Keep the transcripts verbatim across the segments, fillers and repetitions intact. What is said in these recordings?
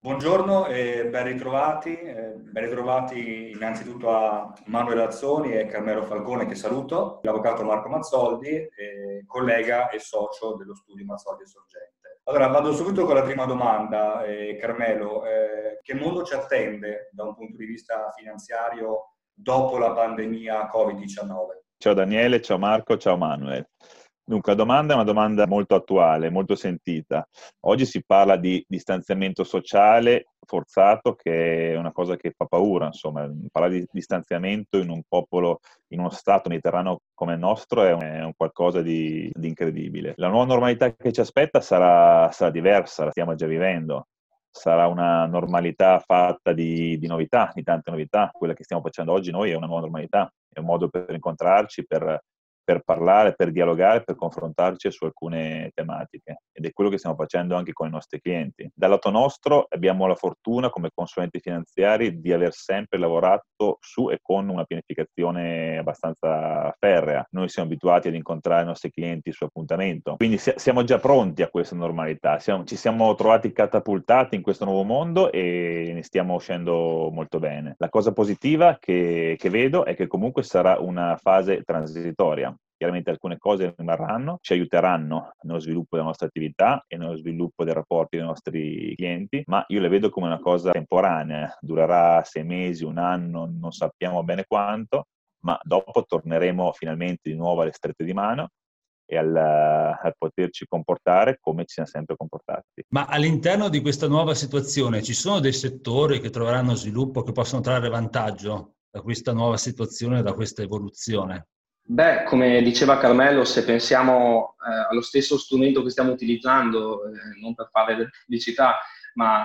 Buongiorno e ben ritrovati, eh, ben ritrovati innanzitutto a Manuel Azzoni e Carmelo Falcone, che saluto, l'avvocato Marco Mazzoldi, eh, collega e socio dello studio Mazzoldi e Sorgente. Allora vado subito con la prima domanda, eh, Carmelo, eh, che mondo ci attende da un punto di vista finanziario dopo la pandemia covid diciannove? Ciao Daniele, ciao Marco, ciao Manuel. Dunque, la domanda è una domanda molto attuale, molto sentita. Oggi si parla di distanziamento sociale forzato, che è una cosa che fa paura, insomma. Parlare di distanziamento in un popolo, in uno stato mediterraneo come il nostro è un, è un qualcosa di, di incredibile. La nuova normalità che ci aspetta sarà, sarà diversa, la stiamo già vivendo. Sarà una normalità fatta di, di novità, di tante novità. Quella che stiamo facendo oggi noi è una nuova normalità, è un modo per incontrarci, per per parlare, per dialogare, per confrontarci su alcune tematiche. Ed è quello che stiamo facendo anche con i nostri clienti. Dal lato nostro abbiamo la fortuna, come consulenti finanziari, di aver sempre lavorato su e con una pianificazione abbastanza ferrea. Noi siamo abituati ad incontrare i nostri clienti su appuntamento, quindi siamo già pronti a questa normalità. Siamo, ci siamo trovati catapultati in questo nuovo mondo e ne stiamo uscendo molto bene. La cosa positiva che, che vedo è che comunque sarà una fase transitoria. Chiaramente alcune cose rimarranno, ci aiuteranno nello sviluppo della nostra attività e nello sviluppo dei rapporti dei nostri clienti, ma io le vedo come una cosa temporanea, durerà sei mesi, un anno, non sappiamo bene quanto, ma dopo torneremo finalmente di nuovo alle strette di mano e al, al poterci comportare come ci siamo sempre comportati. Ma all'interno di questa nuova situazione ci sono dei settori che troveranno sviluppo, che possono trarre vantaggio da questa nuova situazione, da questa evoluzione? Beh, come diceva Carmelo, se pensiamo eh, allo stesso strumento che stiamo utilizzando, eh, non per fare della pubblicità, ma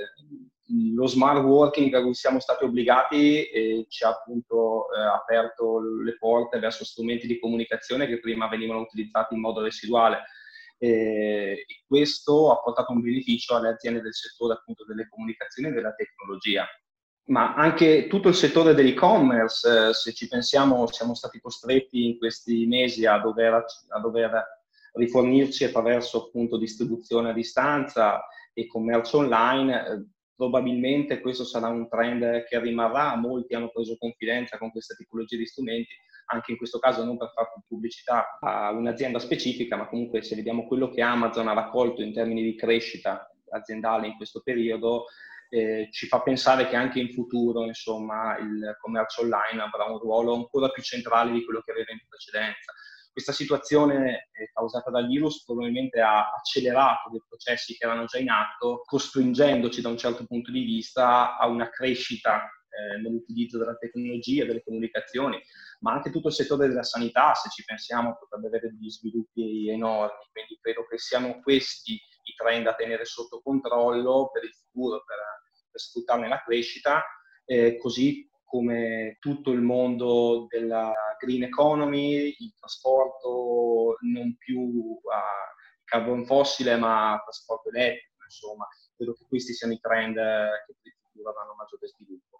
eh, lo smart working a cui siamo stati obbligati eh, ci ha appunto eh, aperto le porte verso strumenti di comunicazione che prima venivano utilizzati in modo residuale. Eh, e questo ha portato un beneficio alle aziende del settore appunto delle comunicazioni e della tecnologia. Ma anche tutto il settore dell'e-commerce, eh, se ci pensiamo, siamo stati costretti in questi mesi a dover, a dover rifornirci attraverso appunto distribuzione a distanza e commercio online. Eh, probabilmente questo sarà un trend che rimarrà, molti hanno preso confidenza con questa tipologia di strumenti, anche in questo caso non per fare pubblicità a un'azienda specifica, ma comunque se vediamo quello che Amazon ha raccolto in termini di crescita aziendale in questo periodo, Eh, ci fa pensare che anche in futuro, insomma, il commercio online avrà un ruolo ancora più centrale di quello che aveva in precedenza. Questa situazione eh, causata dal virus probabilmente ha accelerato dei processi che erano già in atto, costringendoci da un certo punto di vista a una crescita eh, nell'utilizzo della tecnologia, delle comunicazioni, ma anche tutto il settore della sanità, se ci pensiamo, potrebbe avere degli sviluppi enormi, quindi credo che siano questi i trend da tenere sotto controllo per il futuro, per, per sfruttarne la crescita, eh, così come tutto il mondo della green economy, il trasporto non più a carbon fossile ma a trasporto elettrico, insomma, credo che questi siano i trend che per il futuro avranno maggiore sviluppo.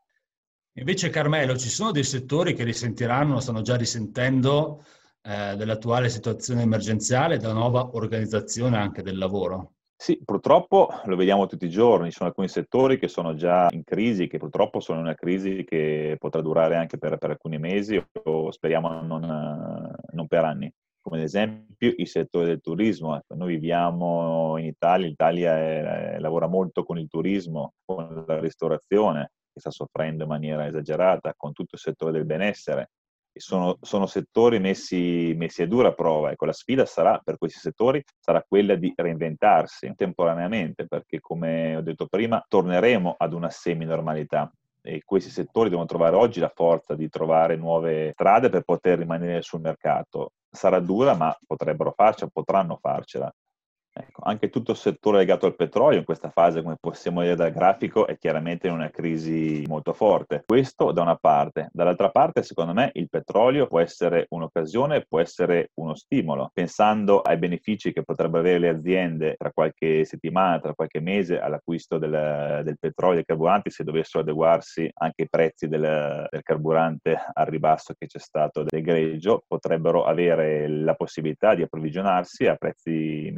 Invece Carmelo, ci sono dei settori che risentiranno, stanno già risentendo eh, dell'attuale situazione emergenziale e della nuova organizzazione anche del lavoro? Sì, purtroppo lo vediamo tutti i giorni, ci sono alcuni settori che sono già in crisi, che purtroppo sono in una crisi che potrà durare anche per, per alcuni mesi o speriamo non, non per anni. Come ad esempio il settore del turismo. Ecco, noi viviamo in Italia, l'Italia è, lavora molto con il turismo, con la ristorazione, che sta soffrendo in maniera esagerata, con tutto il settore del benessere. E sono, sono settori messi, messi a dura prova. Ecco, la sfida sarà per questi settori sarà quella di reinventarsi temporaneamente, perché come ho detto prima torneremo ad una semi-normalità e questi settori devono trovare oggi la forza di trovare nuove strade per poter rimanere sul mercato. Sarà dura, ma potrebbero farcela, potranno farcela. Ecco, anche tutto il settore legato al petrolio in questa fase, come possiamo vedere dal grafico, è chiaramente in una crisi molto forte. Questo da una parte. Dall'altra parte, secondo me, il petrolio può essere un'occasione, può essere uno stimolo. Pensando ai benefici che potrebbero avere le aziende tra qualche settimana, tra qualche mese all'acquisto del, del petrolio e dei carburanti, se dovessero adeguarsi anche i prezzi del, del carburante al ribasso che c'è stato del greggio, potrebbero avere la possibilità di approvvigionarsi a prezzi migliori.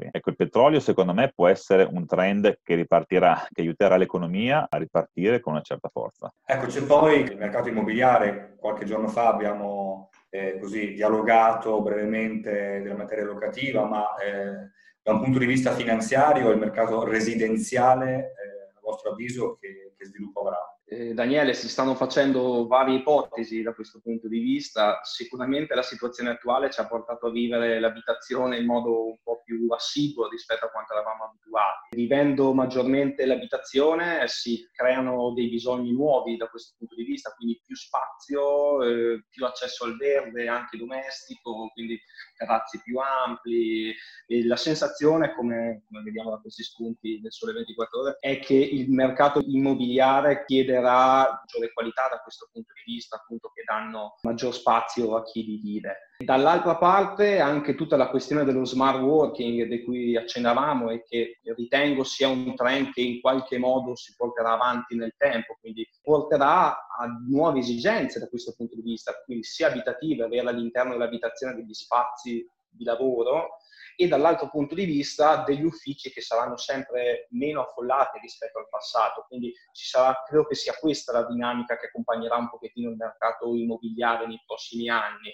migliori. Ecco, il petrolio secondo me può essere un trend che ripartirà, che aiuterà l'economia a ripartire con una certa forza. Ecco, c'è poi il mercato immobiliare. Qualche giorno fa abbiamo eh, così dialogato brevemente della materia locativa, ma eh, da un punto di vista finanziario il mercato residenziale, eh, a vostro avviso, che, che sviluppo avrà? Eh, Daniele, si stanno facendo varie ipotesi da questo punto di vista. Sicuramente la situazione attuale ci ha portato a vivere l'abitazione in modo un po' più assiduo rispetto a quanto eravamo abituati. Vivendo maggiormente l'abitazione si creano dei bisogni nuovi da questo punto di vista, quindi più spazio, eh, più accesso al verde anche domestico, quindi terrazzi più ampli. E la sensazione, come, come vediamo da questi spunti del Sole ventiquattro Ore, è che il mercato immobiliare chiede maggiore qualità da questo punto di vista, appunto, che danno maggior spazio a chi vi vive. Dall'altra parte anche tutta la questione dello smart working di cui accennavamo e che ritengo sia un trend che in qualche modo si porterà avanti nel tempo, quindi porterà a nuove esigenze da questo punto di vista, quindi sia abitative, avere all'interno dell'abitazione degli spazi di lavoro, e dall'altro punto di vista degli uffici che saranno sempre meno affollati rispetto al passato. Quindi ci sarà, credo che sia questa la dinamica che accompagnerà un pochettino il mercato immobiliare nei prossimi anni.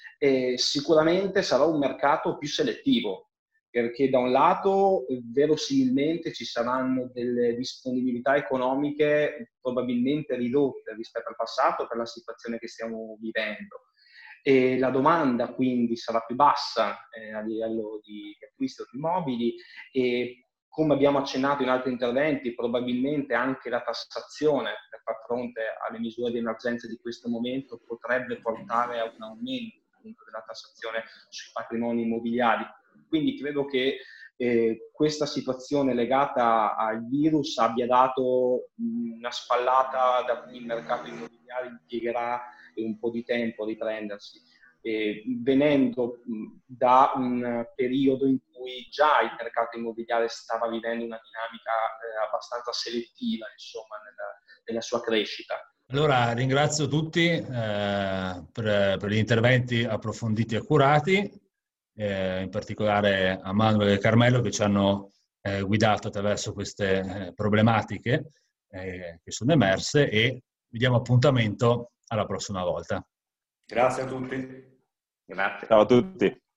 E sicuramente sarà un mercato più selettivo, perché da un lato verosimilmente ci saranno delle disponibilità economiche probabilmente ridotte rispetto al passato per la situazione che stiamo vivendo. E la domanda quindi sarà più bassa eh, a livello di acquisto di immobili e, come abbiamo accennato in altri interventi, probabilmente anche la tassazione per far fronte alle misure di emergenza di questo momento potrebbe portare a un aumento appunto della tassazione sui patrimoni immobiliari. Quindi credo che eh, questa situazione legata al virus abbia dato mh, una spallata da cui il mercato immobiliare impiegherà un po' di tempo a riprendersi, eh, venendo mh, da un periodo in cui già il mercato immobiliare stava vivendo una dinamica eh, abbastanza selettiva, insomma, nella, nella sua crescita. Allora ringrazio tutti eh, per, per gli interventi approfonditi e accurati, eh, in particolare a Manuel e Carmelo che ci hanno eh, guidato attraverso queste eh, problematiche eh, che sono emerse, e vi diamo appuntamento alla prossima volta. Grazie a tutti. Grazie. Ciao a tutti.